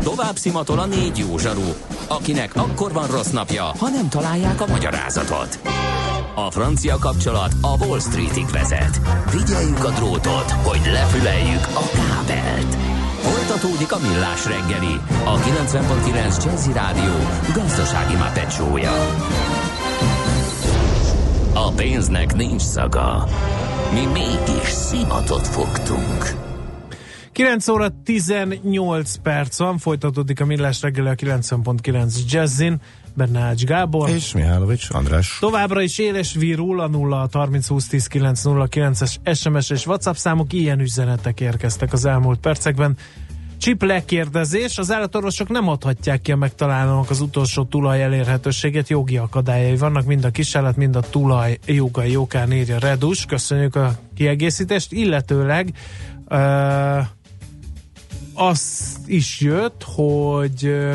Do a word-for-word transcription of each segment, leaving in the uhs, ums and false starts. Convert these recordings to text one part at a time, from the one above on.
tovább szimatol a négy jó zsaru, akinek akkor van rossz napja, ha nem találják a magyarázatot. A francia kapcsolat a Wall Streetig vezet. Figyeljük a drótot, hogy lefüleljük a kábelt. Folytatódik a Millás reggeli, a kilencven pont kilenc Jazzy Rádió gazdasági mápecsója. A pénznek nincs szaga. Mi mégis szimatot fogtunk. kilenc óra tizennyolc perc van, folytatódik a Millás reggeli a kilencven pont kilenc Jazzin, benne Ács Gábor. És Mihálovics András. Továbbra is éles vírul a nulla harminc húsz tíz kilenc nulla kilences es em es és WhatsApp számok, ilyen üzenetek érkeztek az elmúlt percekben. Chip lekérdezés, az állatorvosok nem adhatják ki a megtalálónak az utolsó tulaj elérhetőséget, jogi akadályai vannak, mind a kisállat, mind a tulaj jogai okán, írja Redus, köszönjük a kiegészítést, illetőleg uh, az is jött, hogy uh,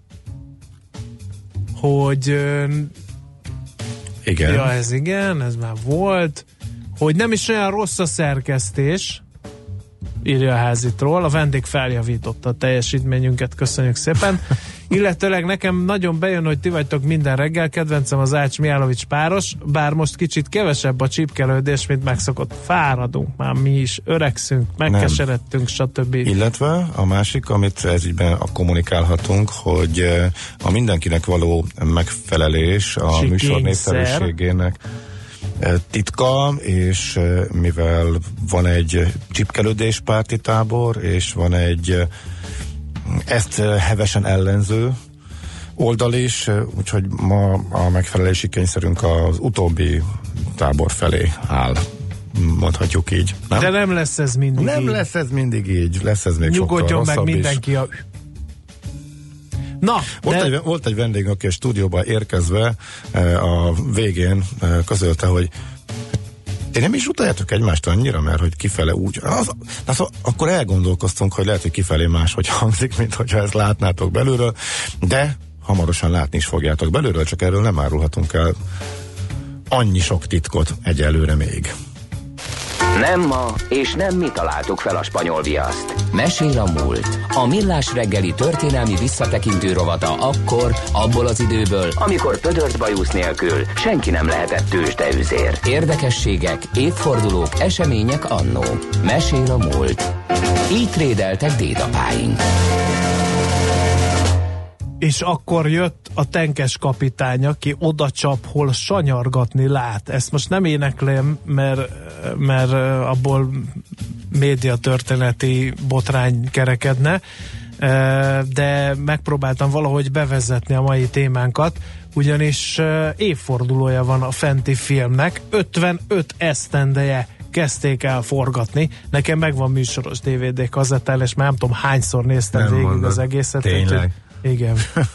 hogy uh, igen. Ja, ez igen, ez már volt, hogy nem is olyan rossz a szerkesztés, írja a házitról, a vendég feljavította a teljesítményünket, köszönjük szépen. Illetőleg nekem nagyon bejön, hogy ti vagytok minden reggel, kedvencem az Ács Mihálovics páros, bár most kicsit kevesebb a csipkelődés, mint megszokott. Fáradunk már mi is, öregszünk, megkeseredtünk, stb. Illetve a másik, amit ez ígyben kommunikálhatunk, hogy a mindenkinek való megfelelés a Sikényszer. Műsor népszerűségének titka, és mivel van egy csipkelődés párti tábor, és van egy ezt hevesen ellenző oldal is, úgyhogy ma a megfelelési kényszerünk az utóbbi tábor felé áll. Mondhatjuk így. Nem? De nem lesz ez mindig Nem így. lesz ez mindig így. Lesz ez még sokkal rosszabb meg is. mindenki a... Na, volt, de... egy, volt egy vendég, aki a stúdióba érkezve a végén közölte, hogy ti nem is utáljátok egymást annyira, mert hogy kifele úgy, az, az, akkor elgondolkoztunk, hogy lehet, hogy kifelé máshogy hangzik, mint hogyha ezt látnátok belülről, de hamarosan látni is fogjátok belülről, csak erről nem árulhatunk el annyi sok titkot egyelőre még. Nem ma, és nem mi találtuk fel a spanyol viaszt. Mesél a múlt. A Millás reggeli történelmi visszatekintő rovata akkor, abból az időből, amikor pödört bajusz nélkül senki nem lehetett tőzsdeüzér. Érdekességek, évfordulók, események annó. Mesél a múlt. Így trédeltek dédapáink. És akkor jött a tenkes kapitány, aki oda csap, hol sanyargatni lát. Ezt most nem éneklem, mert, mert abból médiatörténeti botrány kerekedne, de megpróbáltam valahogy bevezetni a mai témánkat, ugyanis évfordulója van a fenti filmnek, ötvenöt esztendeje kezdték el forgatni. Nekem megvan műsoros dé vé dé kazettán, és már nem tudom hányszor néztem nem végig mondod. az egészet. Tényleg. Igen.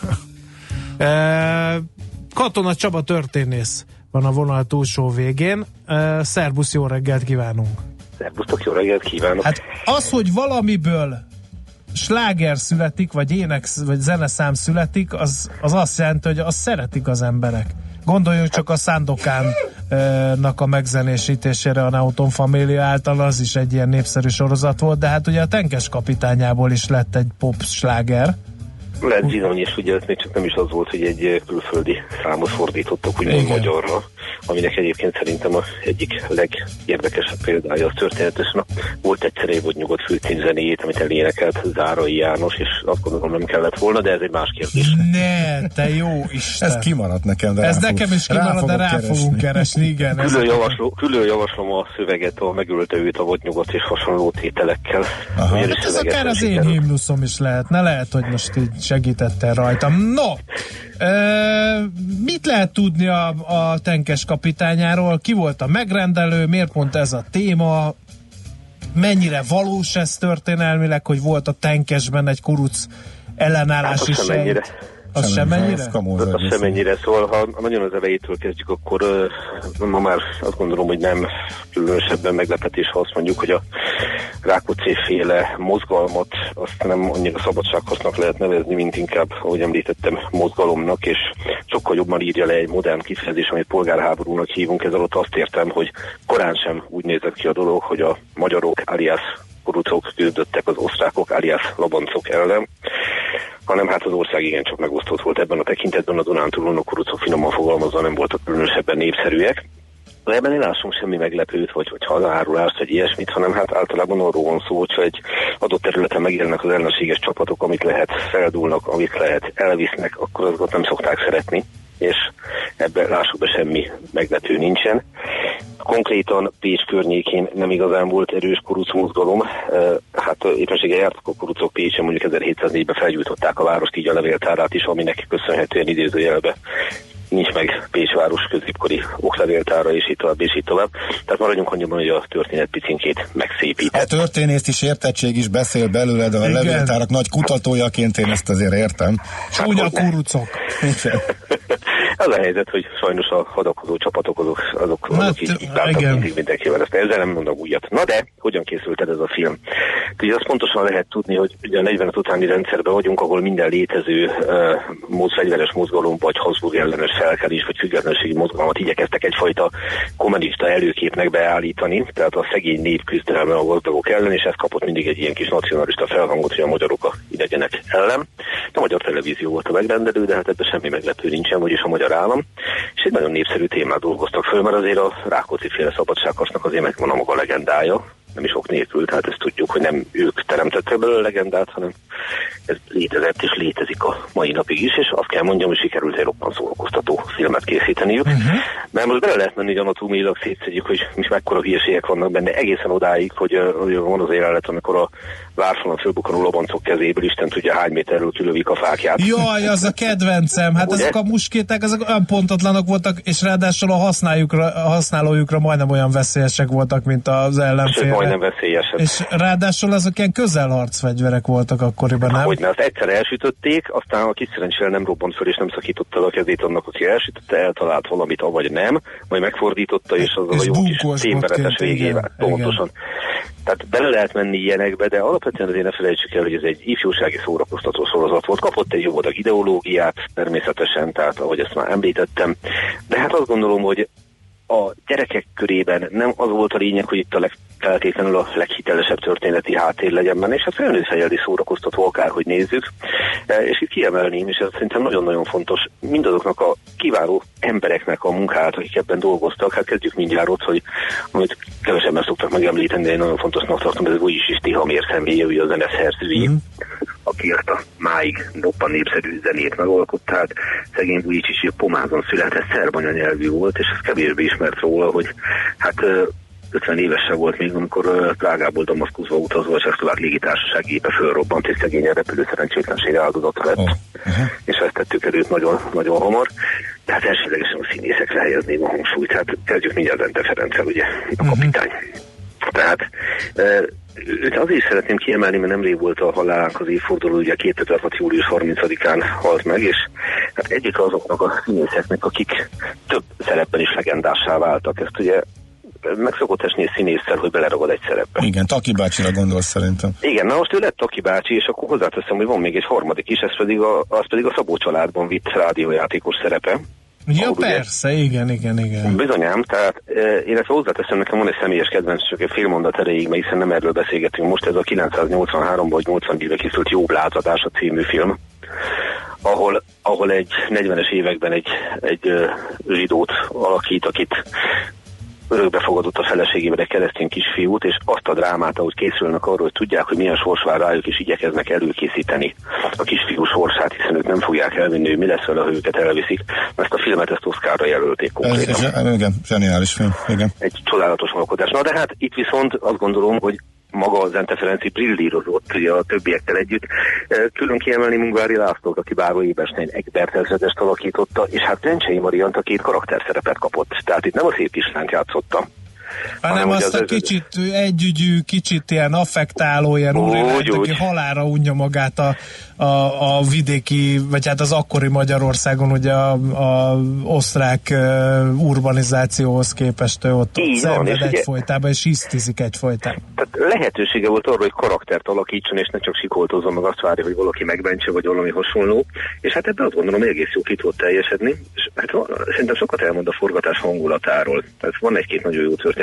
e, Katona Csaba történész van a vonal túlsó végén. E, szerbusz, jó reggelt kívánunk! Szerbusztok, jó reggelt kívánok! Hát az, hogy valamiből sláger születik, vagy ének, vagy zeneszám születik, az, az azt jelenti, hogy azt szeretik az emberek. Gondoljunk csak a Sandokánnak a megzenésítésére a Nauton Família által, az is egy ilyen népszerű sorozat volt, de hát ugye a Tenkes kapitányából is lett egy pop sláger. Lehet bizony, és ugye ez még csak nem is az volt, hogy egy külföldi számot fordítottak úgymond magyarra, aminek egyébként szerintem az egyik legérdekesebb példája az történetesen. Volt egyszer egy volt nyugodt főcímzenéjét, amit elénekelt Zárai János, és azt gondolom nem kellett volna, de ez egy más kérdés. Ne, te jó Isten! Ez kimaradt nekem, de Ez nekem is kimaradt, de rá keresni. fogunk keresni, igen. Külön, javaslom, külön javaslom a szöveget, a megölte őt a volt nyugodt és hasonló tételekkel. Hát ez akár az én himnuszom is lehetne, lehet, hogy most így segítettél rajtam. No! E, mit lehet tudni a, a Tenkes kapitányáról? Ki volt a megrendelő? Miért pont ez a téma? Mennyire valós ez történelmileg, hogy volt a Tenkesben egy kuruc ellenállási hát, sejt? Az sem mennyire? Az sem mennyire, szóval ha nagyon az elejétől kezdjük, akkor uh, ma már azt gondolom, hogy nem különösebben meglepetés, ha azt mondjuk, hogy a Rákóczi-féle mozgalmat azt nem annyira szabadsághasznak lehet nevezni, mint inkább, ahogy említettem, mozgalomnak, és sokkal jobban írja le egy modern kifejezés, amit polgárháborúnak hívunk. Ez alatt azt értem, hogy korán sem úgy nézett ki a dolog, hogy a magyarok alias kurucok küzdöttek az osztrákok alias labancok ellen, hanem hát az ország igencsak megosztott volt ebben a tekintetben, a Dunántúlon a kurucok finoman fogalmazva nem voltak különösebben népszerűek. De ebben nem lássunk semmi meglepőt, vagy, vagy hazárulást, vagy ilyesmit, hanem hát általában arról van szó, hogyha egy adott területen megjelennek az ellenséges csapatok, amit lehet feldúlnak, amit lehet elvisznek, akkor azokat nem szokták szeretni, és ebben lássuk be semmi meglepő nincsen. Konkrétan Pécs környékén nem igazán volt erős kuruc mozgalom, hát éppenséggel jártak a kurucok Pécsen, mondjuk ezerhétszáznégyben felgyújtották a várost, így a levéltárát is, aminek köszönhetően idézőjelbe nincs meg Pécsváros középkori oklevéltára, és így tovább, és így tovább. Tehát maradjunk annyiban, hogy a történet picinkét megszépített. A történész is értettség is beszél belőle, de a levéltárak nagy kutatójaként én ezt azért értem. Hát úgy a kurucok. Az a helyzet, hogy sajnos a hadakozó csapatok azok, azok, azok hát, így, így bántak mindig mindenkivel. Ezt ezzel nem mondom újat. Na de, hogyan készült ez a film? Ugye azt pontosan lehet tudni, hogy ugye a negyvenöt utáni rendszerben vagyunk, ahol minden létező uh, fegyveres mozgalom, vagy Habsburg ellenes felkelés, vagy függetlenségi mozgalmat igyekeztek egyfajta kommunista előképnek beállítani, tehát a szegény nép küzdelme a gazdagok ellen, és ez kapott mindig egy ilyen kis nacionalista felhangot, hogy a magyarok a idegenek ellen. A magyar televízió volt a megrendelő, de hát ebben semmi meglepő nincsen, vagyis a magyar állam, és egy nagyon népszerű témát dolgoztak föl, mert azért a Rákóczi-féle szabadságharcnak azért megvan a maga legendája, nem is ok nélkül, tehát ezt tudjuk, hogy nem ők teremtettek belőle a legendát, hanem ez létezett és létezik a mai napig is, és azt kell mondjam, hogy sikerült egy roppant szórakoztató filmet készíteniük, uh-huh. mert most bele lehet menni, hogy anatómiailag szétszedjük, hogy mi mekkora hülyeségek vannak benne, egészen odáig, hogy uh, van az jelenet, amikor a várfalon fölbukkanó lobancok kezéből Isten tudja hány méterről kilövik a fákját. Jaj, az a kedvencem, hát ugye? Azok a muskéták, azok olyan pontatlanok voltak, és ráadásul a, használójukra, a használójukra majdnem olyan veszélyesek voltak, mint az ellenfél. Majdnem veszélyesek. És ráadásul azok ilyen közelharcfegyverek voltak akkoriban, nem? Hogyne, azt egyszer elsütötték, aztán a kis szerencsére nem robbant föl, és nem szakította a kezét annak, aki elsütötte, eltalált valamit, avagy nem, majd megfordította, és azzal a jó kis szénveretes végével. Pontosan. Tehát bele lehet menni ilyenekbe, de alapvetően azért ne felejtsük el, hogy ez egy ifjúsági szórakoztató sorozat volt. Kapott egy jó adag ideológiát, természetesen, tehát ahogy ezt már említettem. De hát azt gondolom, hogy a gyerekek körében nem az volt a lényeg, hogy itt a leg, feltétlenül a leghitelesebb történeti háttér legyen benne, és hát felnőtt fejledi szórakoztató akárhogy nézzük. És itt kiemelném, és ez szerintem nagyon-nagyon fontos, mindazoknak a kiváló embereknek a munkát, akik ebben dolgoztak. Hát kezdjük mindjárt ott, hogy amit kevesebben szoktak megemlíteni, de én nagyon fontosnak tartom, ez az Újis Isti Hamér személye, ugye a zeneszerzői, mm. aki ezt a máig roppan népszerű zenét megalkotta. Hát szegény Újis Isti Pomázon született, szerb anyanyelvű volt, és ez kevésbé ismert róla, hogy hát ötven évese volt még, amikor Prágából Damaszkuszba utazva a Csehszlovák légitársaság gépe fölrobbant, és szegény repülő szerencsétlenség áldozata lett, oh. uh-huh. és vesztettük előtt nagyon, nagyon hamar. Tehát elsőlegesen a színészekre helyezném a hangsúlyt. Hát kezdjük mindjárt Zente Ferenccel, ugye, a kapitány. Uh-huh. Tehát őt azért is szeretném kiemelni, mert nemrég volt a halálának az évforduló, ugye kétezer-hat július harmincadikán halt meg, és hát egyik azoknak a színészeknek, akik több szerepben is legendássá váltak. Ezt ugye meg szokott esni egy színésszel, hogy beleragad egy szerepbe. Igen, Taki bácsira gondolsz szerintem. Igen, na most ő lett Taki bácsi, és akkor hozzáteszem, hogy van még egy harmadik is, ez pedig a, az pedig a Szabó családban vitt rádiójátékos szerepe. Ja, persze, ugye, igen, igen, igen. Bizonyám, tehát illetve hozzáteszem, nekem van egy személyes kedvenc, csak egy fél mondat erejéig, mert hiszen nem erről beszélgetünk most, ez a kilencszáznyolcvanháromban vagy nyolcvannégyben készült Jobb lázadása című film, ahol, ahol egy negyvenes években egy, egy uh, zsidót alakít, akit örökbefogadott a feleségében egy keresztény kisfiút, és azt a drámát, ahogy készülnek arról, hogy tudják, hogy milyen sors vár rájuk, és igyekeznek előkészíteni a kisfiú sorsát, hiszen ők nem fogják elvinni, hogy mi lesz vele, ha őket elviszik. Ezt a filmet, ezt Oscarra jelölték konkrétan. Ez, igen, zseniális film. Igen. Egy csodálatos alkotás. Na de hát itt viszont azt gondolom, hogy maga az Zente Ferenci brillírozott, ugye a többiekkel együtt. Külön kiemelni Ungvári Lászlót, aki Báró Éberstein Egbert ezredest alakította, és hát Rencsei Mariant a két karakterszerepet kapott. Tehát itt nem a szép kislányt játszotta, hanem azt az a kicsit együgyű, kicsit ilyen affektáló, ilyen úrilányt, aki halálra unja magát a, a, a vidéki, vagy hát az akkori Magyarországon, ugye a, a osztrák uh, urbanizációhoz képest ő ott, ott szenved egyfolytában, és hisztizik egyfolytában. Tehát lehetősége volt arra, hogy karaktert alakítson, és ne csak sikoltozzon, meg azt várja, hogy valaki megmentse, vagy valami hasonló. És hát ebben azt gondolom, egész jó ki tudott teljesedni. És hát szerintem sokat elmond a forgatás hangulatáról. Tehát van egy-két nagyon jó történet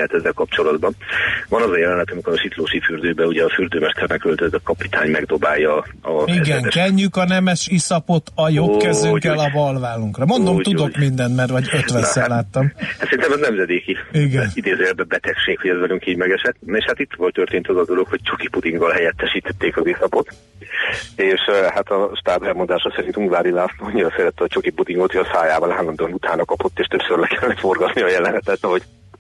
lehet ezzel kapcsolatban. Van az a jelenet, amikor a Siklósi fürdőben ugye a fürdőmester megöltözött, a kapitány megdobálja a... Igen, ezedes. Kenjük a nemes iszapot a jobb kezünkkel a bal vállunkra. Mondom, úgy, tudok úgy. mindent, mert vagy ötvenszer láttam. Hát szerintem ez nemzedéki idézőjelben betegség, hogy ez velünk így megesett. És hát itt volt történt az a dolog, hogy csoki pudinggal helyettesítették az iszapot. És hát a stáb elmondása szerint Ungvári László annyira szerette a csoki pudingot, hogy a szájával állandóan utána kapott, és többször le kellett forgatni a jelenetet, ahogy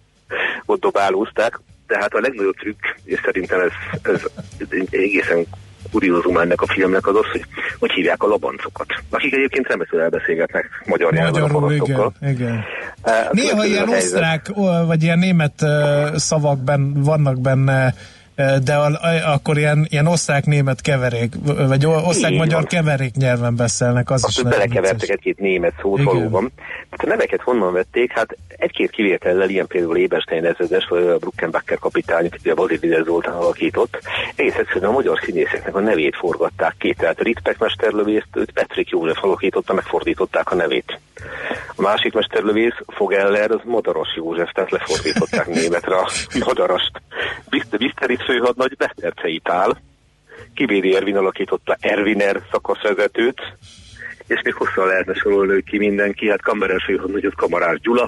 ott dobálózták. Tehát a legnagyobb trükk, és szerintem ez, ez egészen kuriózum ennek a filmnek az az, hogy hogy hívják a labancokat, akik egyébként remekül elbeszélgetnek magyar nyelven a parasztokkal. Igen, igen. Uh, Néha ilyen osztrák, vagy ilyen német uh, szavak ben, vannak benne, de a, a, akkor ilyen, ilyen osztrák-német keverék, vagy osztrák-magyar keverék nyelven beszélnek, az azt is belekevertek egy-két német szót. Igen. Valóban. Hát a neveket honnan vették? Hát egy-két kivétellel, ilyen például Éberstein ezredes, vagy a Bruckenbacker kapitány, akit a Bazil Zoltán alakított, egész egyszerűen a magyar színészeknek a nevét forgatták ki. Tehát a Rittpek mesterlövészt, őt Petrik József alakította, megfordították a nevét. A másik mesterlövész, Fogeller, az Madaras József, tehát lefordították németre a Madarast. Biszterit főhadnagy Besztercei Pál, Kibéri Ervin alakította Erviner szakaszvezetőt, és még hosszan lehetne sorolni ki mindenki, hát Kammerer főhadnagyot Kamarás Gyula,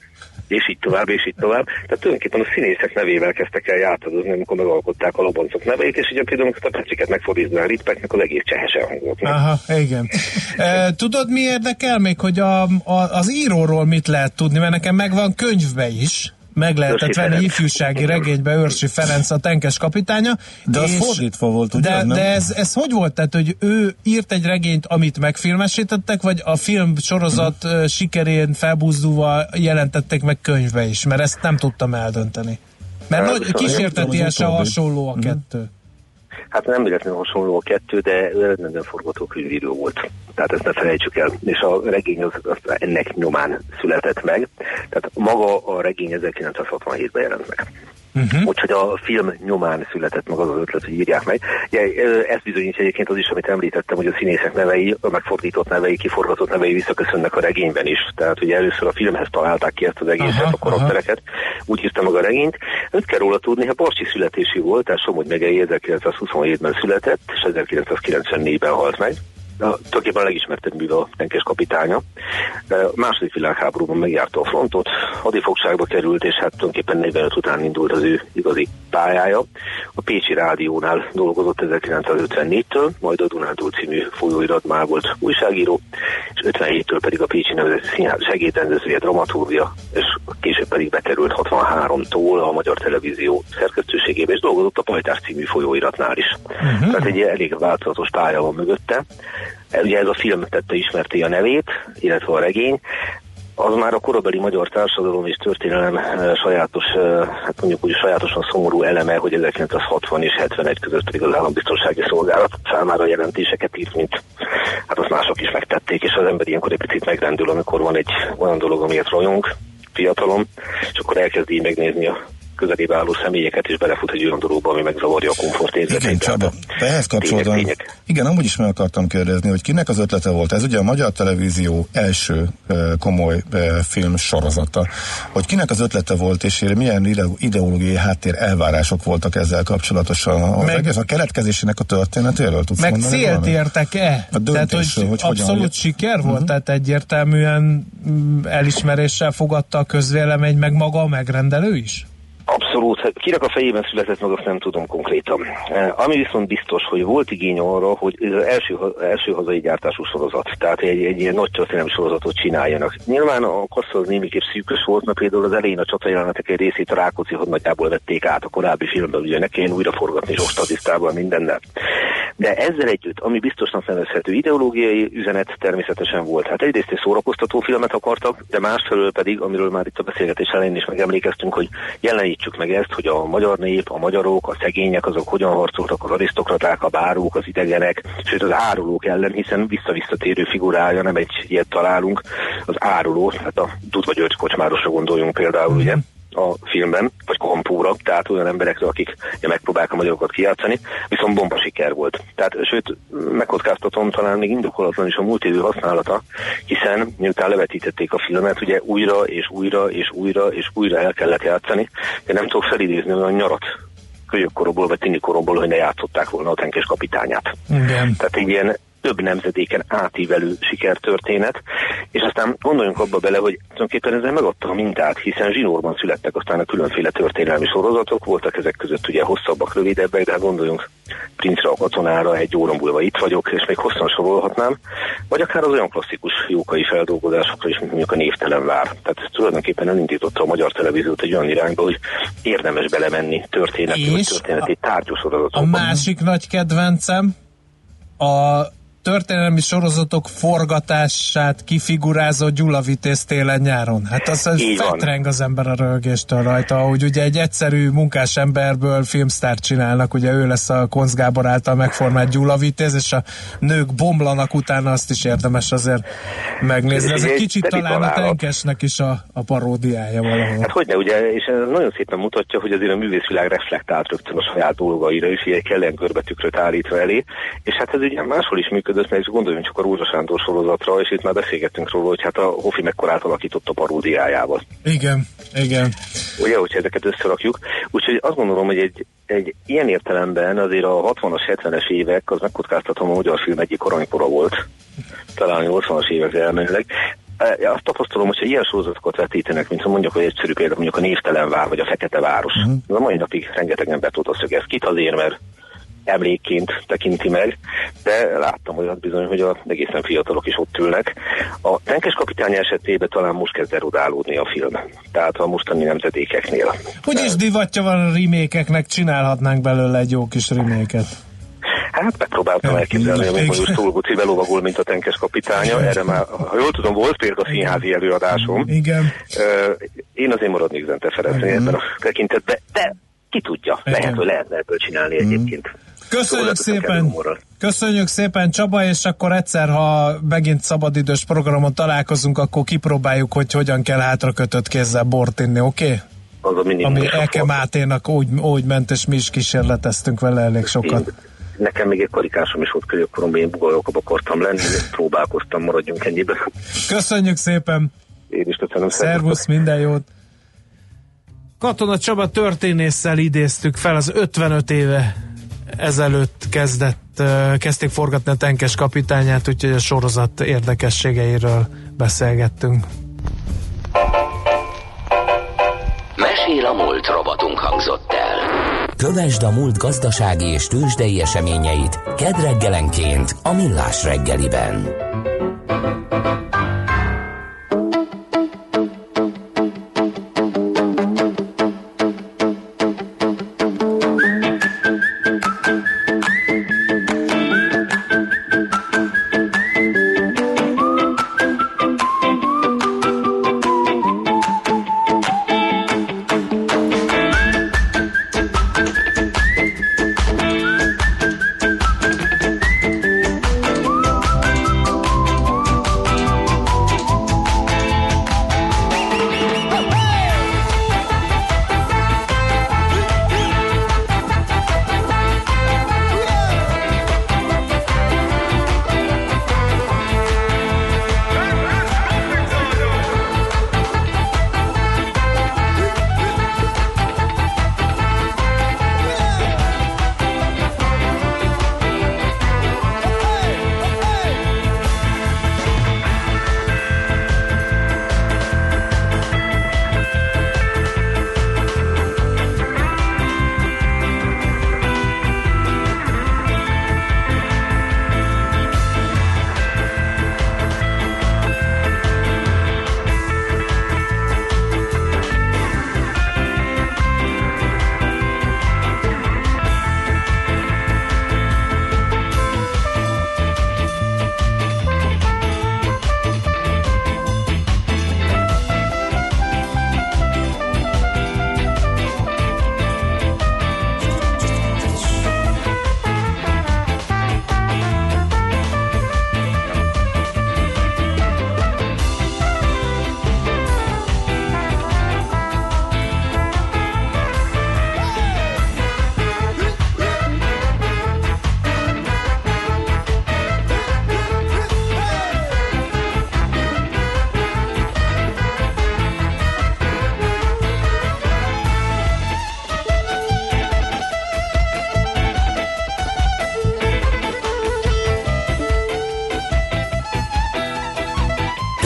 és így tovább, és így tovább. Tehát tulajdonképpen a színészek nevével kezdtek el játszadozni, amikor megalkották a labancok neveit, és ugye például a Petriket megfordítani a Rittpeknek, az egész csehesen hangzott. Aha, igen. E, tudod, mi érdekel még, hogy a, a, az íróról mit lehet tudni, mert nekem megvan könyvbe is, meg lehetett venni ifjúsági regénybe Őrsi Ferenc a tenkes kapitánya. De az fordítva volt, ugye? De, de ez, ez hogy volt? Tehát, hogy ő írt egy regényt, amit megfilmesítettek, vagy a film sorozat uh-huh. sikerén felbúzdulva jelentették meg könyvbe is? Mert ezt nem tudtam eldönteni. Mert hát, nagy, kísértetiesen hasonló a kettő. Uh-huh. Hát nem véletlenül hasonló a kettő, de eredményben forgatókönyvíró volt. Tehát ezt ne felejtsük el. És a regény az, az ennek nyomán született meg. Tehát maga a regény ezerkilencszázhatvanhétben jelent meg. Uh-huh. Úgyhogy a film nyomán született meg az az ötlet, hogy írják meg. Ja, ezt bizonyítja egyébként az is, amit említettem, hogy a színészek nevei, a megfordított nevei, kiforgatott nevei visszaköszönnek a regényben is. Tehát ugye először a filmhez találták ki ezt az egészet, aha, a karaktereket, aha. Úgy írta meg a regényt. Öt kell róla tudni, ha barcsi születési volt, tehát Somogy megyei ezerkilencszázhuszonhétben született, és ezerkilencszázkilencvennégyben halt meg. Tulajdonképpen a legismertebb műve a tenkes kapitánya. A második világháborúban megjárta a frontot, hadifogságba került, és hát tulajdonképpen negyvenöt után indult az ő igazi pályája. A Pécsi Rádiónál dolgozott ezerkilencszázötvennégytől, majd a Dunántúl című folyóiratnál volt újságíró, és ötvenhéttől pedig a Pécsi Nemzeti Színház segédrendezője, dramaturgia, és később pedig bekerült hatvanháromtól a Magyar Televízió szerkesztőségébe, és dolgozott a Pajtás című folyóiratnál is. Uh-huh. Tehát egy elég változatos pálya van mögötte. Ugye ez a film tette ismerté a nevét, illetve a regény. Az már a korabeli magyar társadalom és történelem sajátos, hát mondjuk úgy sajátosan szomorú eleme, hogy ezerkilencszázhatvan és hetvenegy között pedig az Állambiztonsági Szolgálat számára jelentéseket írt, mint hát azt mások is megtették, és az ember ilyenkor egy picit megrendül, amikor van egy olyan dolog, amiért rajong fiatalom, és akkor elkezdi megnézni a közelébe álló személyeket, és belefut egy olyan dologba, ami megzavarja a komfortérzetét. Igen, Csaba, ehhez kapcsolódóan, igen, amúgy is meg akartam kérdezni, hogy kinek az ötlete volt. Ez ugye a Magyar Televízió első uh, komoly uh, film sorozata. Hogy kinek az ötlete volt, és milyen ide- ideológiai háttér elvárások voltak ezzel kapcsolatosan. A, meg, egész a keletkezésének a történetéről tudsz meg mondani? Meg célt értek-e? A döntés, tehát, hogy, hogy abszolút hogyan... siker volt? Uh-huh. Tehát egyértelműen elismeréssel fogadta a közvélemény, meg maga a megrendelő is? Abszolút. Kinek a fejében született meg, azt nem tudom konkrétan. Ami viszont biztos, hogy volt igény arra, hogy ez az első, első hazai gyártású sorozat, tehát egy, egy ilyen nagy történelmi sorozatot csináljanak. Nyilván a kassa az némiképp szűkös volt, mert például az elején a csatajelenetek egy részét a Rákóczi hadnagyából vették át a korábbi filmben, ugye ne kelljen újra forgatni sok statisztával, mindennel. De ezzel együtt, ami biztosnak nevezhető ideológiai üzenet természetesen volt. Hát egyrészt egy szórakoztató filmet akartak, de másfelől pedig, amiről már itt a beszélgetés elején is megemlékeztünk, hogy jelenítsük meg ezt, hogy a magyar nép, a magyarok, a szegények, azok hogyan harcoltak az arisztokraták, a bárók, az idegenek, sőt az árulók ellen, hiszen visszavisszatérő figurája, nem egy ilyet találunk, az áruló, hát a Dudva György kocsmárosra gondoljunk például, ugye, a filmben, vagy kompúra, tehát olyan emberekre, akik ja, megpróbálják a magyarokat kijátszani, viszont bomba siker volt. Tehát, sőt, megkockáztatom, talán még indokolatlan is a múlt idő használata, hiszen miután levetítették a filmet, ugye újra és újra és újra és újra el kellett játszani, de nem tudok felidézni olyan nyarat kölyökkoromból vagy tinikoromból, hogy ne játszották volna a Tenkes kapitányát. Igen. Tehát egy ilyen több nemzedéken átívelő sikertörténet, és aztán gondoljunk abba bele, hogy tulajdonképpen ezzel megadta a mintát, hiszen zsinórban születtek aztán a különféle történelmi sorozatok, voltak ezek között ugye hosszabbak, rövidebbek, de gondoljunk Princre a katonára, egy óra múlva itt vagyok, és még hosszan sorolhatnám, vagy akár az olyan klasszikus jókai feldolgozásokra is, mint mondjuk a Névtelen vár. Tehát ez tulajdonképpen elindította a magyar televíziót egy olyan irányba, hogy érdemes belemenni történeti, vagy történeti tárgyú sorozatokban. A másik nagy kedvencem a történelmi sorozatok forgatását kifigurázó Gyula Vitéz télen-nyáron. Hát az, az fetreng az ember a röhögéstől rajta, hogy ugye egy egyszerű munkás emberből filmsztárt csinálnak, ugye ő lesz a Koncz Gábor által megformált Gyula Vitéz, és a nők bomlanak utána, azt is érdemes azért megnézni. Ez egy kicsit talán a Tenkesnek is a, a paródiája valahol. Hát hogyne, ugye, és ez nagyon szépen mutatja, hogy azért a művészvilág reflektált rögtön a saját dolgaira is, így egy kellően körbetükröt állítva elé, és hát ez ugye máshol is működött, mert gondoljunk csak a Rózsa Sándor sorozatra, és itt már beszélgettünk róla, hogy hát a Hofi mekkorát alakított a paródiájával. Igen, igen. Ugye, hogyha ezeket összerakjuk. Úgyhogy azt gondolom, hogy egy, egy ilyen értelemben azért a hatvanas, hetvenes évek, az megkockáztatom, a magyar film egyik aranykora volt. Talán a nyolcvanas évek elmenőleg. Azt tapasztalom, hogyha ilyen sorozatokat vetítenek, mint mondjuk, hogy egyszerű példa, mondjuk a Névtelen vár, vagy a Fekete város. Uh-huh. A mai napig rengeteg embert oda szögez. Kit azért, mert emlékként tekinti meg, de láttam olyat bizony, hogy a egészen fiatalok is ott ülnek. A Tenkes kapitány esetében talán most kezd erodálódni a film. Tehát a mostani nemzedékeknél. Úgyis divatja van a remékeknek, csinálhatnánk belőle egy jó kis reméket. Hát megpróbáltam elképzelni, hogy mondjuk Szolguci belovagol, mint a Tenkes kapitánya. Erre már, ha jól tudom, volt például a színházi előadásom. Igen. Én azért maradnék Zente Ferencnél ebben a tekintetben, de ki tudja, lehet, hogy lehetne ebből csinálni egyébként. Köszönjük szépen, köszönjük szépen Csaba, és akkor egyszer, ha megint szabadidős programon találkozunk, akkor kipróbáljuk, hogy hogyan kell hátrakötött kézzel bort inni, oké? Okay? Ami Eke Máténak úgy, úgy ment, és mi is kísérleteztünk vele elég sokat. Én, nekem még egy karikásom is volt kölyökkoromban, én bugajokabb akartam lenni, próbálkoztam, maradjunk ennyibe. Köszönjük szépen! Én is köszönöm. Szervusz, minden jót! Katona Csaba történésszel idéztük fel, az ötvenöt éve ezelőtt kezdett, kezdték forgatni a Tenkes kapitányát, úgyhogy a sorozat érdekességeiről beszélgettünk. Mesél a múlt robotunk hangzott el. Kövesd a múlt gazdasági és tőzsdei eseményeit kedd reggelenként a Millás reggeliben.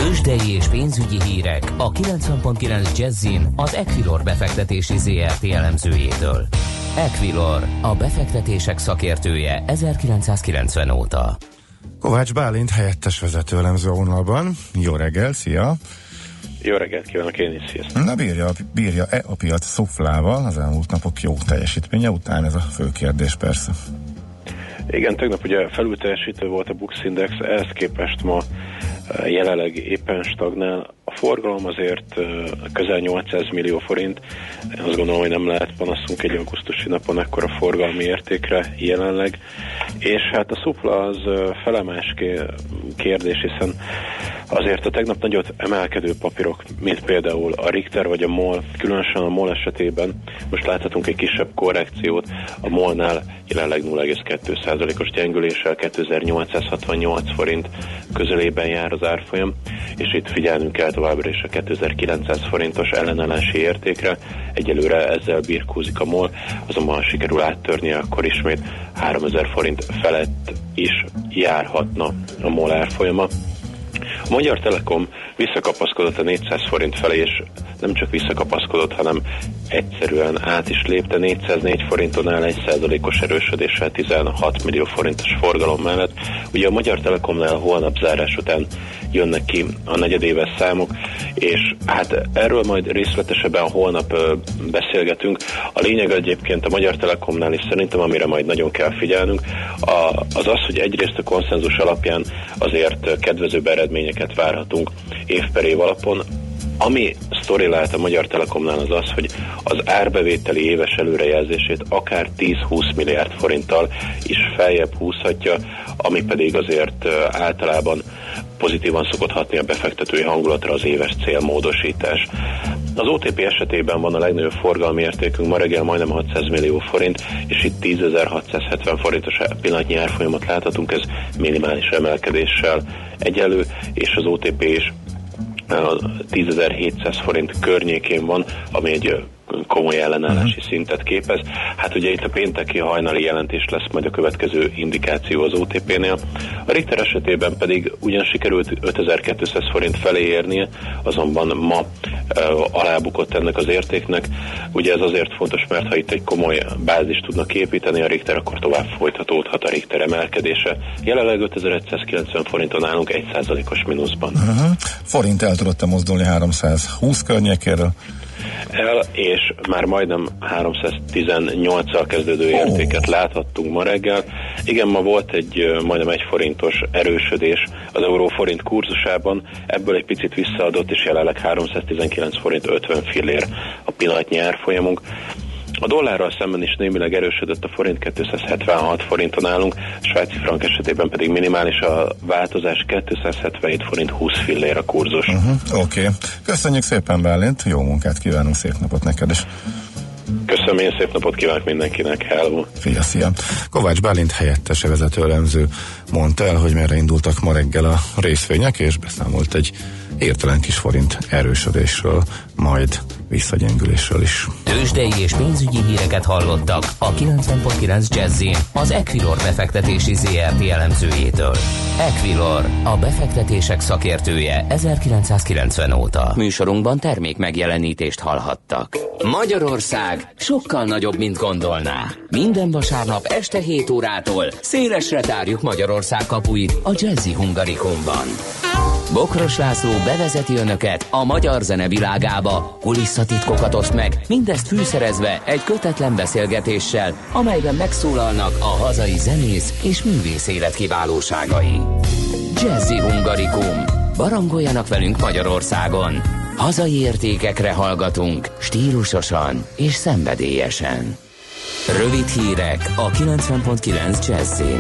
Tőzsdei és pénzügyi hírek a kilencven pont kilenc Jazzin az Equilor befektetési zé er té elemzőjétől. Equilor, a befektetések szakértője ezerkilencszázkilencven óta. Kovács Bálint helyettes vezető elemző a vonalban. Jó reggel, szia! Jó reggelt kívánok, én is, sziasztok! Na bírja, bírja-e a piac szuflával az elmúlt napok jó teljesítménye után? Ez a fő kérdés persze. Igen, tegnap ugye felülteljesítő volt a Bux Index, ehhez képest ma jelenleg éppen stagnál. A forgalom azért közel nyolcszáz millió forint. Azt gondolom, hogy nem lehet panaszunk egy augusztusi napon ekkora forgalmi értékre jelenleg. És hát a szupla az felemás kérdés, hiszen azért a tegnap nagyot emelkedő papírok, mint például a Richter vagy a MOL, különösen a MOL esetében most láthatunk egy kisebb korrekciót, a MOL-nál jelenleg nulla egész kettő százalékos gyengüléssel kétezer-nyolcszázhatvannyolc forint közelében jár az árfolyam, és itt figyelnünk kell továbbra is a kétezer-kilencszáz forintos ellenállási értékre. Egyelőre ezzel birkózik a MOL, azonban ha sikerül áttörnie, akkor ismét háromezer forint felett is járhatna a MOL árfolyama. A Magyar Telekom visszakapaszkodott a négyszáz forint felé, és nem csak visszakapaszkodott, hanem egyszerűen át is lépte négyszáznégy forinton áll egy százalékos erősödéssel tizenhat millió forintos forgalom mellett. Ugye a Magyar Telekomnál holnap zárás után jönnek ki a negyedéves számok, és hát erről majd részletesebben holnap ö, beszélgetünk. A lényeg egyébként a Magyar Telekomnál is szerintem, amire majd nagyon kell figyelnünk, a, az az, hogy egyrészt a konszenzus alapján azért kedvezőbb eredményeket várhatunk év per év alapon. Ami sztori lehet a Magyar Telekomnál az az, hogy az árbevételi éves előrejelzését akár tíz-húsz milliárd forinttal is feljebb húzhatja, ami pedig azért általában pozitívan szokott hatni a befektetői hangulatra az éves célmódosítás. Az o té pé esetében van a legnagyobb forgalmi értékünk, ma reggel majdnem hatszáz millió forint, és itt tízezer-hatszázhetven forintos pillanatnyi árfolyamot láthatunk, ez minimális emelkedéssel egyelő, és az o té pé is tízezer-hétszáz forint környékén van, ami egy komoly ellenállási uh-huh. szintet képez. Hát ugye itt a pénteki hajnali jelentés lesz majd a következő indikáció az o té pénél. A Richter esetében pedig ugyan sikerült ötezer-kétszáz forint felé érnie, azonban ma uh, alábukott ennek az értéknek. Ugye ez azért fontos, mert ha itt egy komoly bázist tudnak építeni a Richter, akkor tovább folytatódhat a Richter emelkedése. Jelenleg ötezer-ötszázkilencven forinton állunk egy százalékos mínuszban. Uh-huh. Forint el tudott mozdulni háromszázhúsz környékéről? El, és már majdnem háromszáztizennyolccal kezdődő értéket láthattunk ma reggel. Igen, ma volt egy majdnem egy forintos erősödés az euró-forint kurzusában, ebből egy picit visszaadott, és jelenleg háromszáztizenkilenc forint ötven fillér a pillanatnyi árfolyamunk. A dollárral szemben is némileg erősödött a forint, kétszázhetvenhat forinton állunk, a svájci frank esetében pedig minimális a változás, kétszázhetvenhét forint húsz fillér a kurzus. Uh-huh, Oké. Okay. Köszönjük szépen, Bálint, jó munkát kívánunk, szép napot neked is. Köszönöm, én szép napot kívánok mindenkinek, hello! Szia, szia! Kovács Bálint helyettes vezető elemző mondta el, hogy merre indultak ma reggel a részvények, és beszámolt egy értelen kis forint erősödésről, majd visszagyengülésről is. Tőzsdei és pénzügyi híreket hallottak a kilencven pont kilenc Jazzin az Equilor befektetési zé er té elemzőjétől. Equilor, a befektetések szakértője ezerkilencszázkilencven óta. Műsorunkban termék megjelenítést hallhattak. Magyarország sokkal nagyobb, mint gondolná. Minden vasárnap este hét órától szélesre tárjuk Magyarország kapuit a Jazzy Hungarikumban. Bokros László bevezeti önöket a magyar zene világába, kulisszatitkokat oszt meg, mindezt fűszerezve egy kötetlen beszélgetéssel, amelyben megszólalnak a hazai zenész és művész élet kiválóságai. Jazzy Hungarikum. Barangoljanak velünk Magyarországon. Hazai értékekre hallgatunk, stílusosan és szenvedélyesen. Rövid hírek a kilencven pont kilenc Jazzin.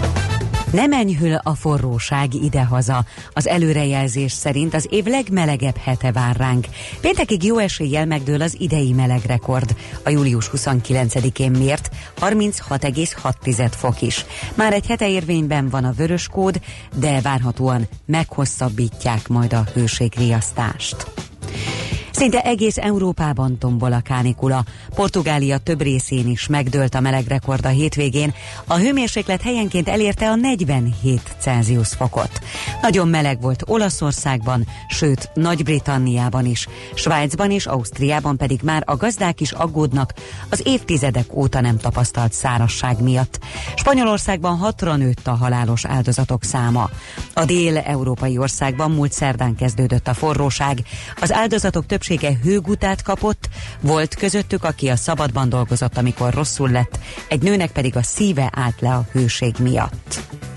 Nem enyhül a forróság idehaza. Az előrejelzés szerint az év legmelegebb hete vár ránk. Péntekig jó eséllyel megdől az idei melegrekord. A július huszonkilencedikén mért harminchat egész hat fok is. Már egy hete érvényben van a vöröskód, de várhatóan meghosszabbítják majd a hőségriasztást. Szinte egész Európában tombol a kánikula. Portugália több részén is megdőlt a melegrekord a hétvégén. A hőmérséklet helyenként elérte a negyvenhét Celsius fokot. Nagyon meleg volt Olaszországban, sőt Nagy-Britanniában is. Svájcban és Ausztriában pedig már a gazdák is aggódnak az évtizedek óta nem tapasztalt szárazság miatt. Spanyolországban hatra nőtt a halálos áldozatok száma. A dél-európai országban múlt szerdán kezdődött a forróság. Az áldozatok többsége hőgutát kapott, volt közöttük, aki a szabadban dolgozott, amikor rosszul lett, egy nőnek pedig a szíve állt le a hőség miatt.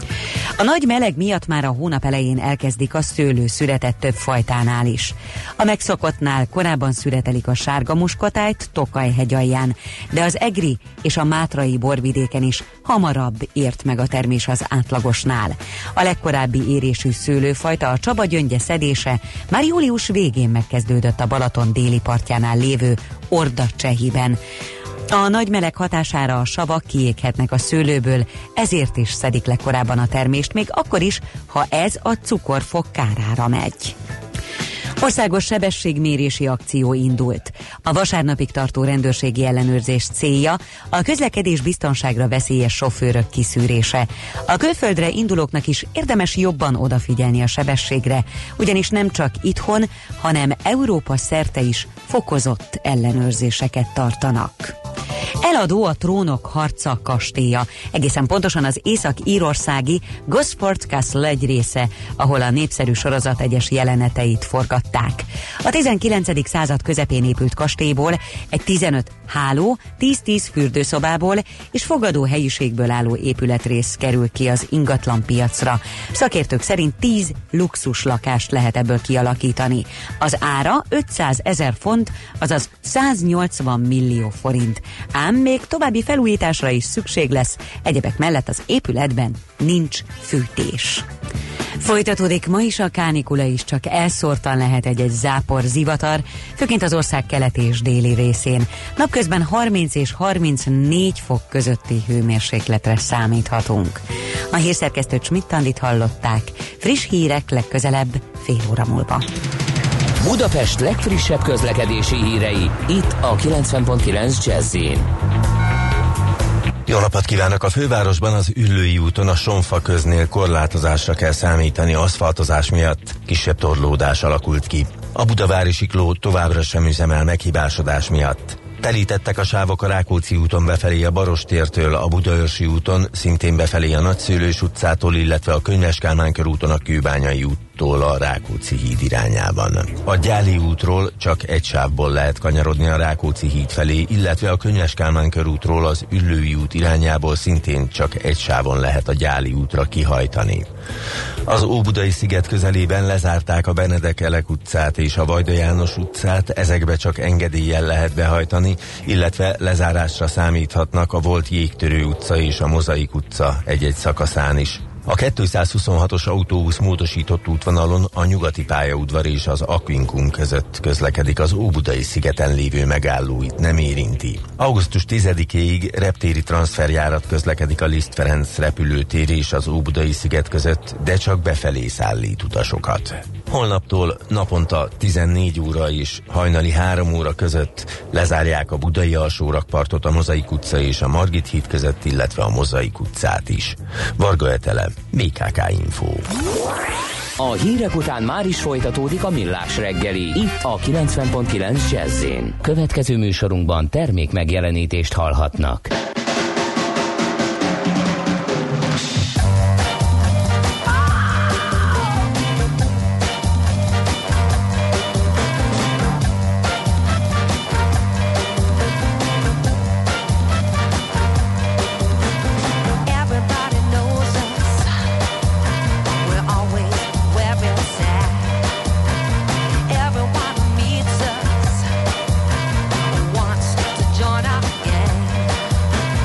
A nagy meleg miatt már a hónap elején elkezdik a szőlő szüretet több fajtánál is. A megszokottnál korábban szüretelik a sárga muskotájt Tokaj-hegy alján, de az egri és a mátrai borvidéken is hamarabb ért meg a termés az átlagosnál. A legkorábbi érésű szőlőfajta, a Csaba-gyöngye szedése már július végén megkezdődött a Balaton déli partjánál lévő Orda-Csehiben. A nagy meleg hatására a savak kiéghetnek a szőlőből, ezért is szedik le korábban a termést, még akkor is, ha ez a cukorfok kárára megy. Országos sebességmérési akció indult. A vasárnapig tartó rendőrségi ellenőrzés célja a közlekedés biztonságra veszélyes sofőrök kiszűrése. A külföldre indulóknak is érdemes jobban odafigyelni a sebességre, ugyanis nem csak itthon, hanem Európa szerte is fokozott ellenőrzéseket tartanak. Eladó a Trónok harca kastélya, egészen pontosan az észak-írországi Gosford Castle egy része, ahol a népszerű sorozat egyes jeleneteit forgatták. A tizenkilencedik század közepén épült kastélyból egy tizenöt háló, tíz-tíz fürdőszobából és fogadó helyiségből álló épületrész kerül ki az ingatlan piacra. Szakértők szerint tíz luxus lakást lehet ebből kialakítani. Az ára ötszázezer font, azaz száznyolcvan millió forint. Ám még további felújításra is szükség lesz, egyebek mellett az épületben nincs fűtés. Folytatódik ma is a kánikula, is csak elszórtan lehet egy-egy zápor, zivatar, főként az ország keleti és déli részén. Napközben harminc és harmincnégy fok közötti hőmérsékletre számíthatunk. A hírszerkesztő Schmidt-Andit hallották, friss hírek legközelebb fél óra múlva. Budapest legfrissebb közlekedési hírei, itt a kilencven pont kilenc Jazz-in. Jó napot kívánok! A fővárosban az Üllői úton a Sonfa köznél korlátozásra kell számítani aszfaltozás miatt. Kisebb torlódás alakult ki. A budavári sikló továbbra sem üzemel meghibásodás miatt. Telítettek a sávok a Rákóczi úton befelé a Barostértől, a Budaörsi úton, szintén befelé a Nagyszőlős utcától, illetve a Könyves Kálmán körúton a Kőbányai úttól a Rákóczi híd irányában. A Gyáli útról csak egy sávból lehet kanyarodni a Rákóczi híd felé, illetve a Könyves Kálmán körútról az Üllői út irányából szintén csak egy sávon lehet a Gyáli útra kihajtani. Az Óbudai sziget közelében lezárták a Benedek Elek utcát és a Vajda János utcát, ezekbe csak engedéllyel lehet behajtani, illetve lezárásra számíthatnak a Volt Jégtörő utca és a Mozaik utca egy-egy szakaszán is. A kétszázhuszonhatos autóbusz módosított útvonalon a nyugati pályaudvar és az Aquincum között közlekedik, az Óbudai szigeten lévő megállóit nem érinti. augusztus tizedikéig reptéri transferjárat közlekedik a Liszt Ferenc repülőtér és az Óbudai sziget között, de csak befelé szállít utasokat. Holnaptól naponta tizennégy óra és hajnali három óra között lezárják a budai alsórakpartot, a Mozaik utca és a Margit híd között, illetve a Mozaik utcát is. Varga Etele, bé ká ká Info. A hírek után már is folytatódik a Millás reggeli, itt a kilencven pont kilenc Jazz-in. Következő műsorunkban termék megjelenítést hallhatnak. Join our gang.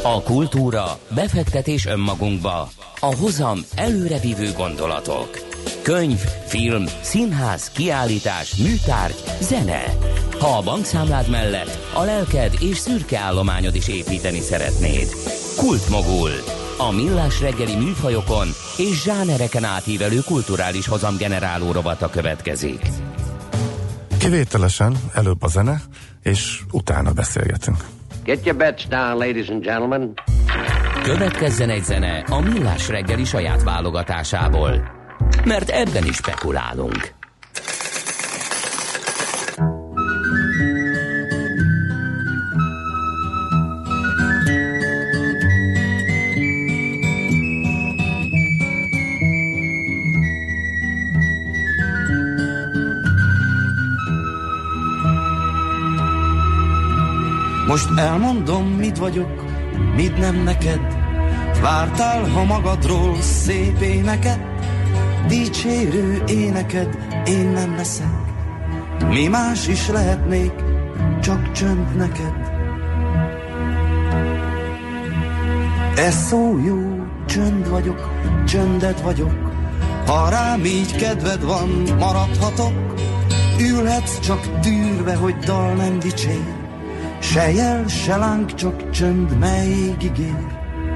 A kultúra, befektetés önmagunkba, a hozam előrevívő gondolatok. Könyv, film, színház, kiállítás, műtárgy, zene. Ha a bankszámlád mellett a lelked és szürke állományod is építeni szeretnéd. Kultmogul. A millás reggeli műfajokon és zsánereken átívelő kulturális hozamgeneráló rovata következik. Kivételesen előbb a zene, és utána beszélgetünk. Get your bets down, ladies and gentlemen. Következzen egy zene a millás reggeli saját válogatásából, mert ebben is spekulálunk. Most elmondom, mit vagyok, mit nem neked. Vártál, ha magadról szép éneket, dicsérő éneked, én nem leszek. Mi más is lehetnék, csak csönd neked. Ez szó jó, csönd vagyok, csöndet vagyok. Ha rám így kedved van, maradhatok. Ülhetsz csak tűrve, hogy dal nem dicsér. Se jel, se láng, csak csönd, melyig ígér.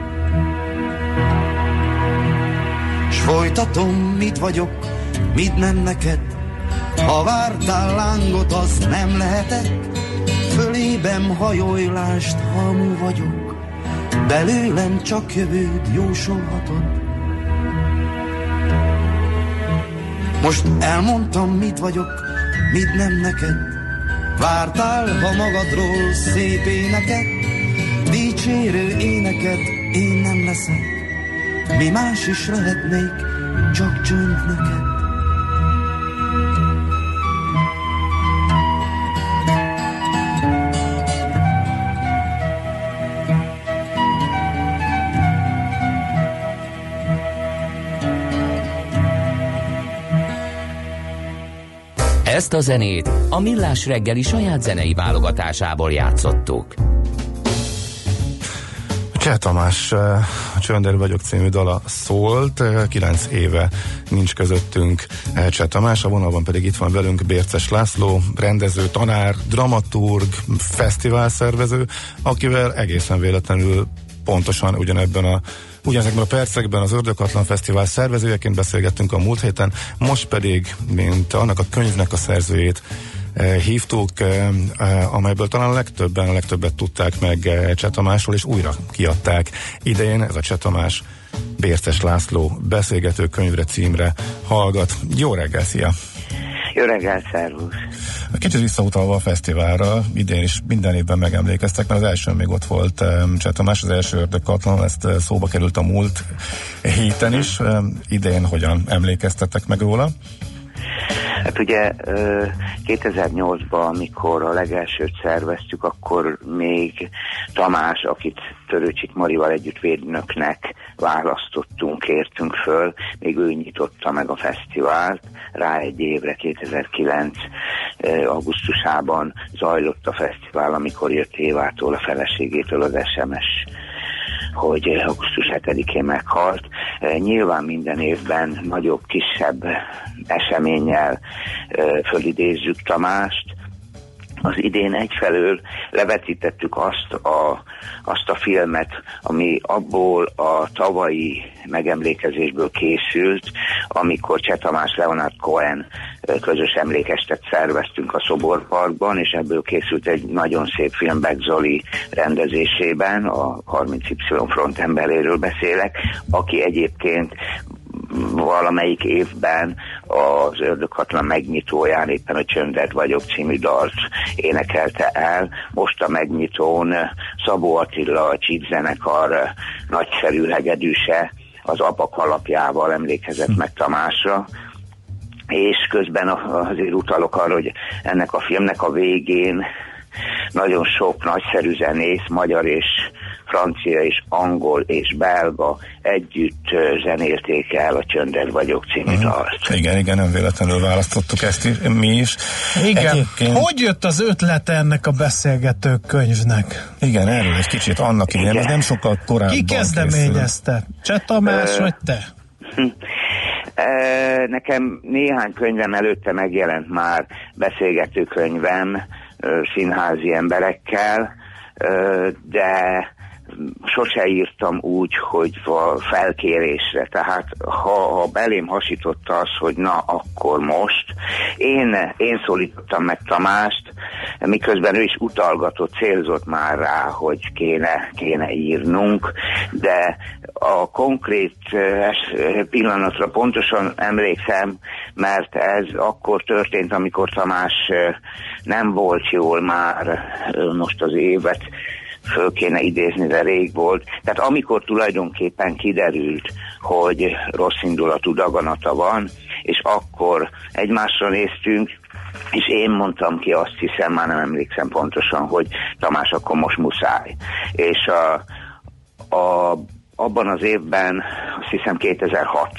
S folytatom, mit vagyok, mit nem neked. Ha vártál lángot, az nem lehetek. Fölébem hajólást, hamu vagyok. Belőlem csak jövőd jósolhatod. Most elmondtam, mit vagyok, mit nem neked. Vártál, ha magadról szép éneket, dicsérő éneket, én nem leszek. Mi más is lehetnék, csak csönd neked. Ezt a zenét a Millás reggeli saját zenei válogatásából játszottuk. Cseh Tamás, a Csönder vagyok című dala szólt, kilenc éve nincs közöttünk Cseh Tamás, a vonalban pedig itt van velünk Bérces László, rendező, tanár, dramaturg, fesztiválszervező, akivel egészen véletlenül pontosan ugyanebben a Ugyanezekben a percekben az Ördögkatlan Fesztivál szervezőjeként beszélgettünk a múlt héten, most pedig, mint annak a könyvnek a szerzőjét eh, hívtuk, eh, amelyből talán a legtöbben, a legtöbbet tudták meg eh, Cseh Tamásról, és újra kiadták idején. Ez a Cseh Tamás Bérces László beszélgető könyvre címre hallgat. Jó reggel, szia! Jó reggel, szervusz! Kicsit visszautalva a fesztiválra, idén is minden évben megemlékeztek, mert az első még ott volt um, Cseh Tamás, az első Ördögkatlan, ezt uh, szóba került a múlt héten is. Um, idén hogyan emlékeztettek meg róla? Hát ugye kétezer-nyolcban, amikor a legelsőt szerveztük, akkor még Tamás, akit Törőcsik Marival együtt védnöknek választottunk, kértünk föl, még ő nyitotta meg a fesztivált. Rá egy évre, kétezer-kilenc augusztusában zajlott a fesztivál, amikor jött Évától, a feleségétől az es em es, hogy augusztus hetedikén meghalt. Nyilván minden évben nagyobb, kisebb eseménnyel fölidézzük Tamást. Az idén egyfelől levetítettük azt a, azt a filmet, ami abból a tavalyi megemlékezésből készült, amikor Cseh Tamás, Leonard Cohen közös emlékestet szerveztünk a Szoborparkban, és ebből készült egy nagyon szép film Beck Zoli rendezésében, a harminc Y frontemberéről beszélek, aki egyébként valamelyik évben az Ördögkatlan megnyitóján éppen a Csöndet vagyok című dalt énekelte el. Most a megnyitón Szabó Attila, a Csík zenekar nagyszerű hegedűse az Apak alapjával emlékezett meg Tamásra, és közben azért utalok arra, hogy ennek a filmnek a végén nagyon sok nagyszerű zenész, magyar és francia és angol és belga együtt zenélték el a Csöndet vagyok című uh-huh. dalt. Igen, igen, nem véletlenül választottuk ezt is, mi is. Igen, egyébként... hogy jött az ötlete ennek a beszélgető könyvnek? Igen, erről egy kicsit annak idején, ez nem sokkal korábban. Ki kezdeményezte? Cseh Tamás uh, vagy te? Nekem néhány könyvem előtte megjelent már beszélgető könyvem színházi emberekkel, de sose írtam úgy, hogy felkérésre, tehát ha, ha belém hasította az, hogy na, akkor most. Én, én szólítottam meg Tamást, miközben ő is utalgatott, célzott már rá, hogy kéne, kéne írnunk, de a konkrét pillanatra pontosan emlékszem, mert ez akkor történt, amikor Tamás nem volt jól már, most az évet föl kéne idézni, de rég volt. Tehát amikor tulajdonképpen kiderült, hogy rossz indulatú daganata van, és akkor egymásra néztünk, és én mondtam ki, azt hiszem, már nem emlékszem pontosan, hogy Tamás, akkor most muszáj. És a, a, abban az évben, azt hiszem kétezer-hat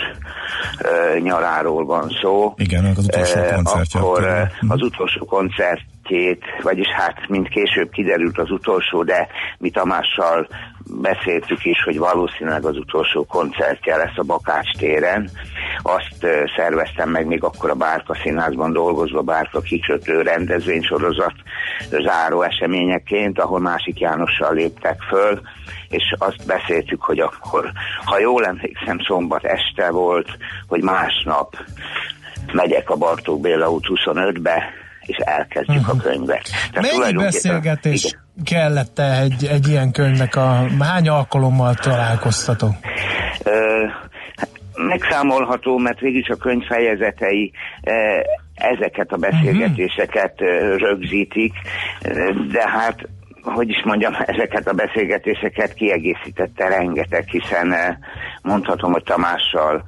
uh, nyaráról van szó. Igen, az utolsó koncertje. Akkor uh, az utolsó koncert vagyis hát mint később kiderült az utolsó, de mi Tamással beszéltük is, hogy valószínűleg az utolsó koncertje lesz a Bakács téren. Azt uh, szerveztem meg még akkor a Bárka Színházban dolgozva, Bárka kikötő rendezvénysorozat záró eseményeként, ahol Másik Jánossal léptek föl, és azt beszéltük, hogy akkor, ha jól emlékszem, szombat este volt, hogy másnap megyek a Bartók Béla út huszonötbe, és elkezdjük uh-huh. a könyvet. Tehát mennyi beszélgetés igen. kellett egy, egy ilyen könyvnek, a hány alkalommal találkoztatok? Ö, megszámolható, mert végülis a könyv fejezetei e, ezeket a beszélgetéseket uh-huh. rögzítik, de hát hogy is mondjam, ezeket a beszélgetéseket kiegészítette rengeteg, hiszen mondhatom, hogy Tamással,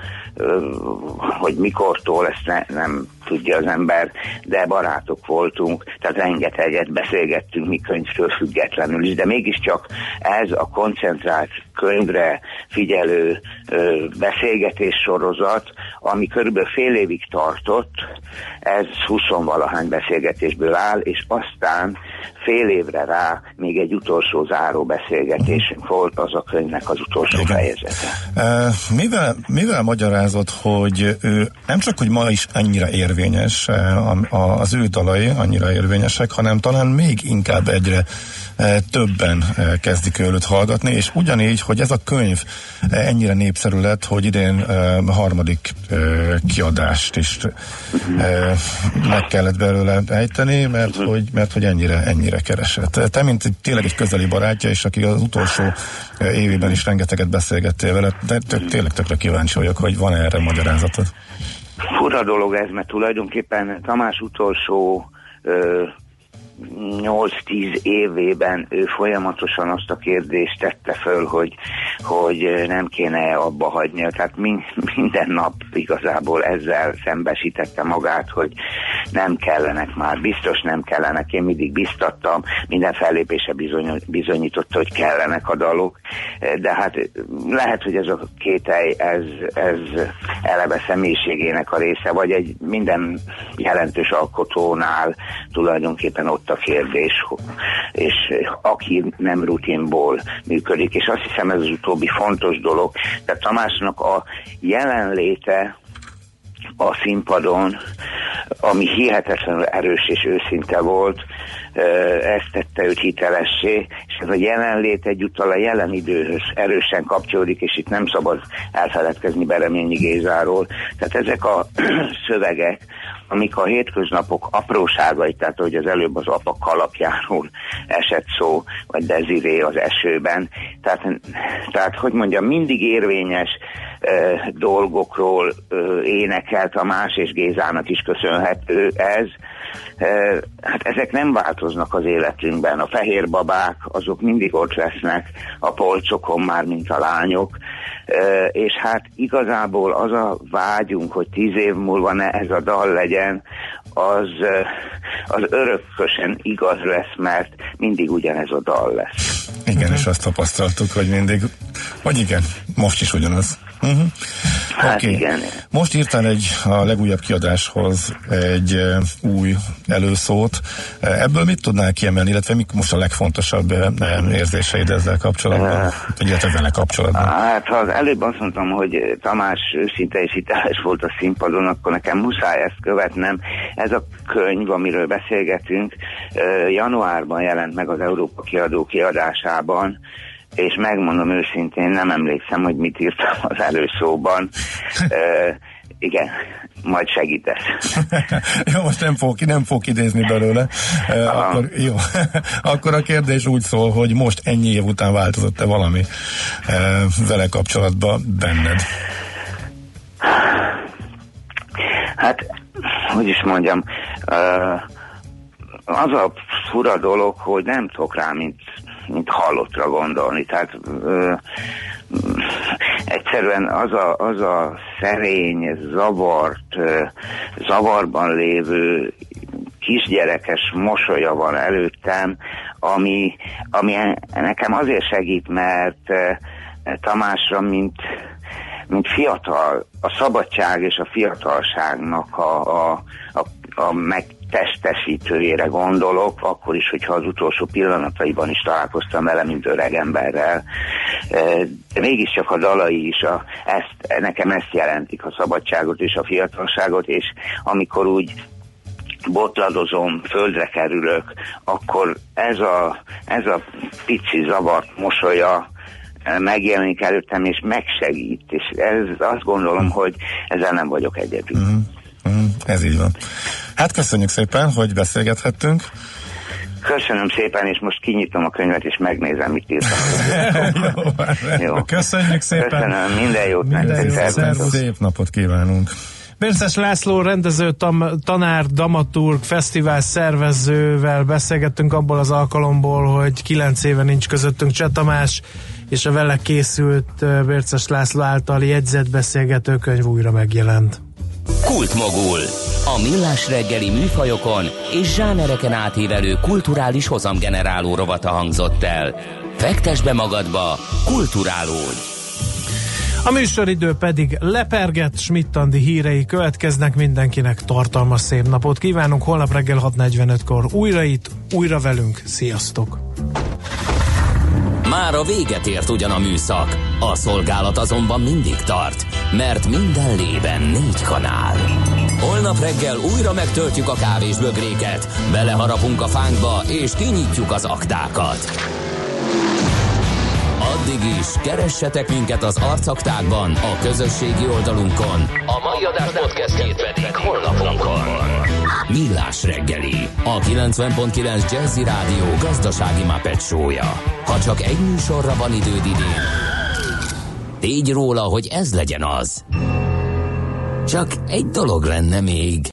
hogy mikortól, ezt ne, nem tudja az ember, de barátok voltunk, tehát rengeteget beszélgettünk mi könyvtől függetlenül is, de mégiscsak ez a koncentrált könyvre figyelő beszélgetés sorozat, ami körülbelül fél évig tartott, ez huszonvalahány beszélgetésből áll, és aztán fél évre rá még egy utolsó záró beszélgetésünk volt, az a könyvnek az utolsó igen. fejezete. Uh, mivel, mivel magyarázott, hogy ő nem csak, hogy ma is annyira érvényes, uh, az ő dalai annyira érvényesek, hanem talán még inkább egyre uh, többen uh, kezdik őt hallgatni, és ugyanígy, hogy ez a könyv uh, ennyire népszerű lett, hogy idén uh, harmadik uh, kiadást is uh, meg kellett belőle ejteni, mert hogy, mert hogy ennyire, ennyire keresett. Te, mint tényleg egy közeli barátja, és aki az utolsó évében is rengeteget beszélgettél vele, de tök, tényleg tökre kíváncsi vagyok, hogy van erre magyarázatod. Fura dolog ez, mert tulajdonképpen Tamás utolsó ö, nyolc-tíz évében ő folyamatosan azt a kérdést tette föl, hogy, hogy nem kéne abba hagyni. Tehát minden nap igazából ezzel szembesítette magát, hogy nem kellenek már, biztos nem kellenek. Én mindig biztattam, minden fellépése bizony, bizonyította, hogy kellenek a dalok, de hát lehet, hogy ez a kételj, ez, ez eleve személyiségének a része, vagy egy minden jelentős alkotónál tulajdonképpen ott a kérdés, és aki nem rutinból működik, és azt hiszem ez az utóbbi fontos dolog. Tehát Tamásnak a jelenléte a színpadon, ami hihetetlenül erős és őszinte volt, ezt tette őt hitelessé, és ez a jelenlét egyúttal a jelen időhöz erősen kapcsolódik, és itt nem szabad elfeledkezni Bereményi Gézáról. Tehát ezek a szövegek, amik a hétköznapok apróságai, tehát hogy az előbb az apa kalapjáról esett szó, vagy Desiré az esőben, tehát, tehát hogy mondjam, mindig érvényes uh, dolgokról uh, énekel Tamás, és Gézának is köszönhető ez. Uh, hát ezek nem változnak az életünkben. A fehér babák, azok mindig ott lesznek a polcokon már, mint a lányok, uh, és hát igazából az a vágyunk, hogy tíz év múlva ne ez a dal legyen, az, uh, az örökösen igaz lesz, mert mindig ugyanez a dal lesz. Igen. igen, uh-huh. és azt tapasztaltuk, hogy mindig, vagy igen, most is ugyanaz. Uh-huh. Hát okay. igen. Most írtál egy a legújabb kiadáshoz egy uh, új előszót. Uh, ebből mit tudnál kiemelni, illetve mik most a legfontosabb uh, érzéseid ezzel kapcsolatban, uh, illetve vele kapcsolatban? Hát ha az előbb azt mondtam, hogy Tamás őszinte és hiteles volt a színpadon, akkor nekem muszáj ezt követnem. Ez a könyv, amiről beszélgetünk, uh, januárban jelent meg az Európa Kiadó kiadásában, és megmondom őszintén, nem emlékszem, hogy mit írtam az előszóban. uh, igen, majd segítesz. Jó, most nem fogok, nem fogok idézni belőle. Uh, akkor, jó. Akkor a kérdés úgy szól, hogy most ennyi év után változott-e valami uh, vele kapcsolatban benned? Hát, hogy is mondjam, uh, az a fura dolog, hogy nem tudok rá, mint mint hallottra gondolni. Tehát ö, egyszerűen az a, az a szerény, zavart, ö, zavarban lévő kisgyerekes mosolya van előttem, ami, ami nekem azért segít, mert ö, Tamásra, mint, mint fiatal, a szabadság és a fiatalságnak a, a, a, a meg testesítőjére gondolok, akkor is, hogyha az utolsó pillanataiban is találkoztam vele, mint öreg emberrel. De mégiscsak a dalai is a, ezt, nekem ezt jelentik, a szabadságot és a fiatalságot, és amikor úgy botladozom, földre kerülök, akkor ez a, ez a pici zavart mosolya megjelenik előttem, és megsegít, és ez, azt gondolom, hogy ezzel nem vagyok egyedül. Mm-hmm. Mm, ez így van. Hát köszönjük szépen, hogy beszélgethettünk. Köszönöm szépen, és most kinyitom a könyvet, és megnézem, mit írtam. Jó, Jó. Köszönjük szépen. Köszönöm, minden jót nektek. Szép napot kívánunk. Bérces László rendező, tam, tanár, dramaturg, fesztivál szervezővel beszélgettünk abból az alkalomból, hogy kilenc éve nincs közöttünk Cseh Tamás, és a vele készült Bérces László által jegyzett beszélgetőkönyv újra megjelent. Kultmogul. A millás reggeli műfajokon és zsánereken átívelő kulturális hozamgeneráló rovata hangzott el. Fektesd be magadba, kulturálódj! A műsoridő pedig lepergett, Schmidt-Andi hírei következnek, mindenkinek tartalmas szép napot kívánunk, holnap reggel hat negyvenötkor újra itt, újra velünk, sziasztok! Már a véget ért ugyan a műszak, a szolgálat azonban mindig tart, mert minden lében négy kanál. Holnap reggel újra megtöltjük a kávésbögréket, beleharapunk a fánkba és kinyitjuk az aktákat. Addig is keressetek minket az arcaktákban, a közösségi oldalunkon. A mai adás podcastjét pedig honlapunkon. Millás reggeli, a kilencven pont kilenc Jazzy Rádió gazdasági Muppet show-ja. Ha csak egy műsorra van időd idén, tégy róla, hogy ez legyen az. Csak egy dolog lenne még.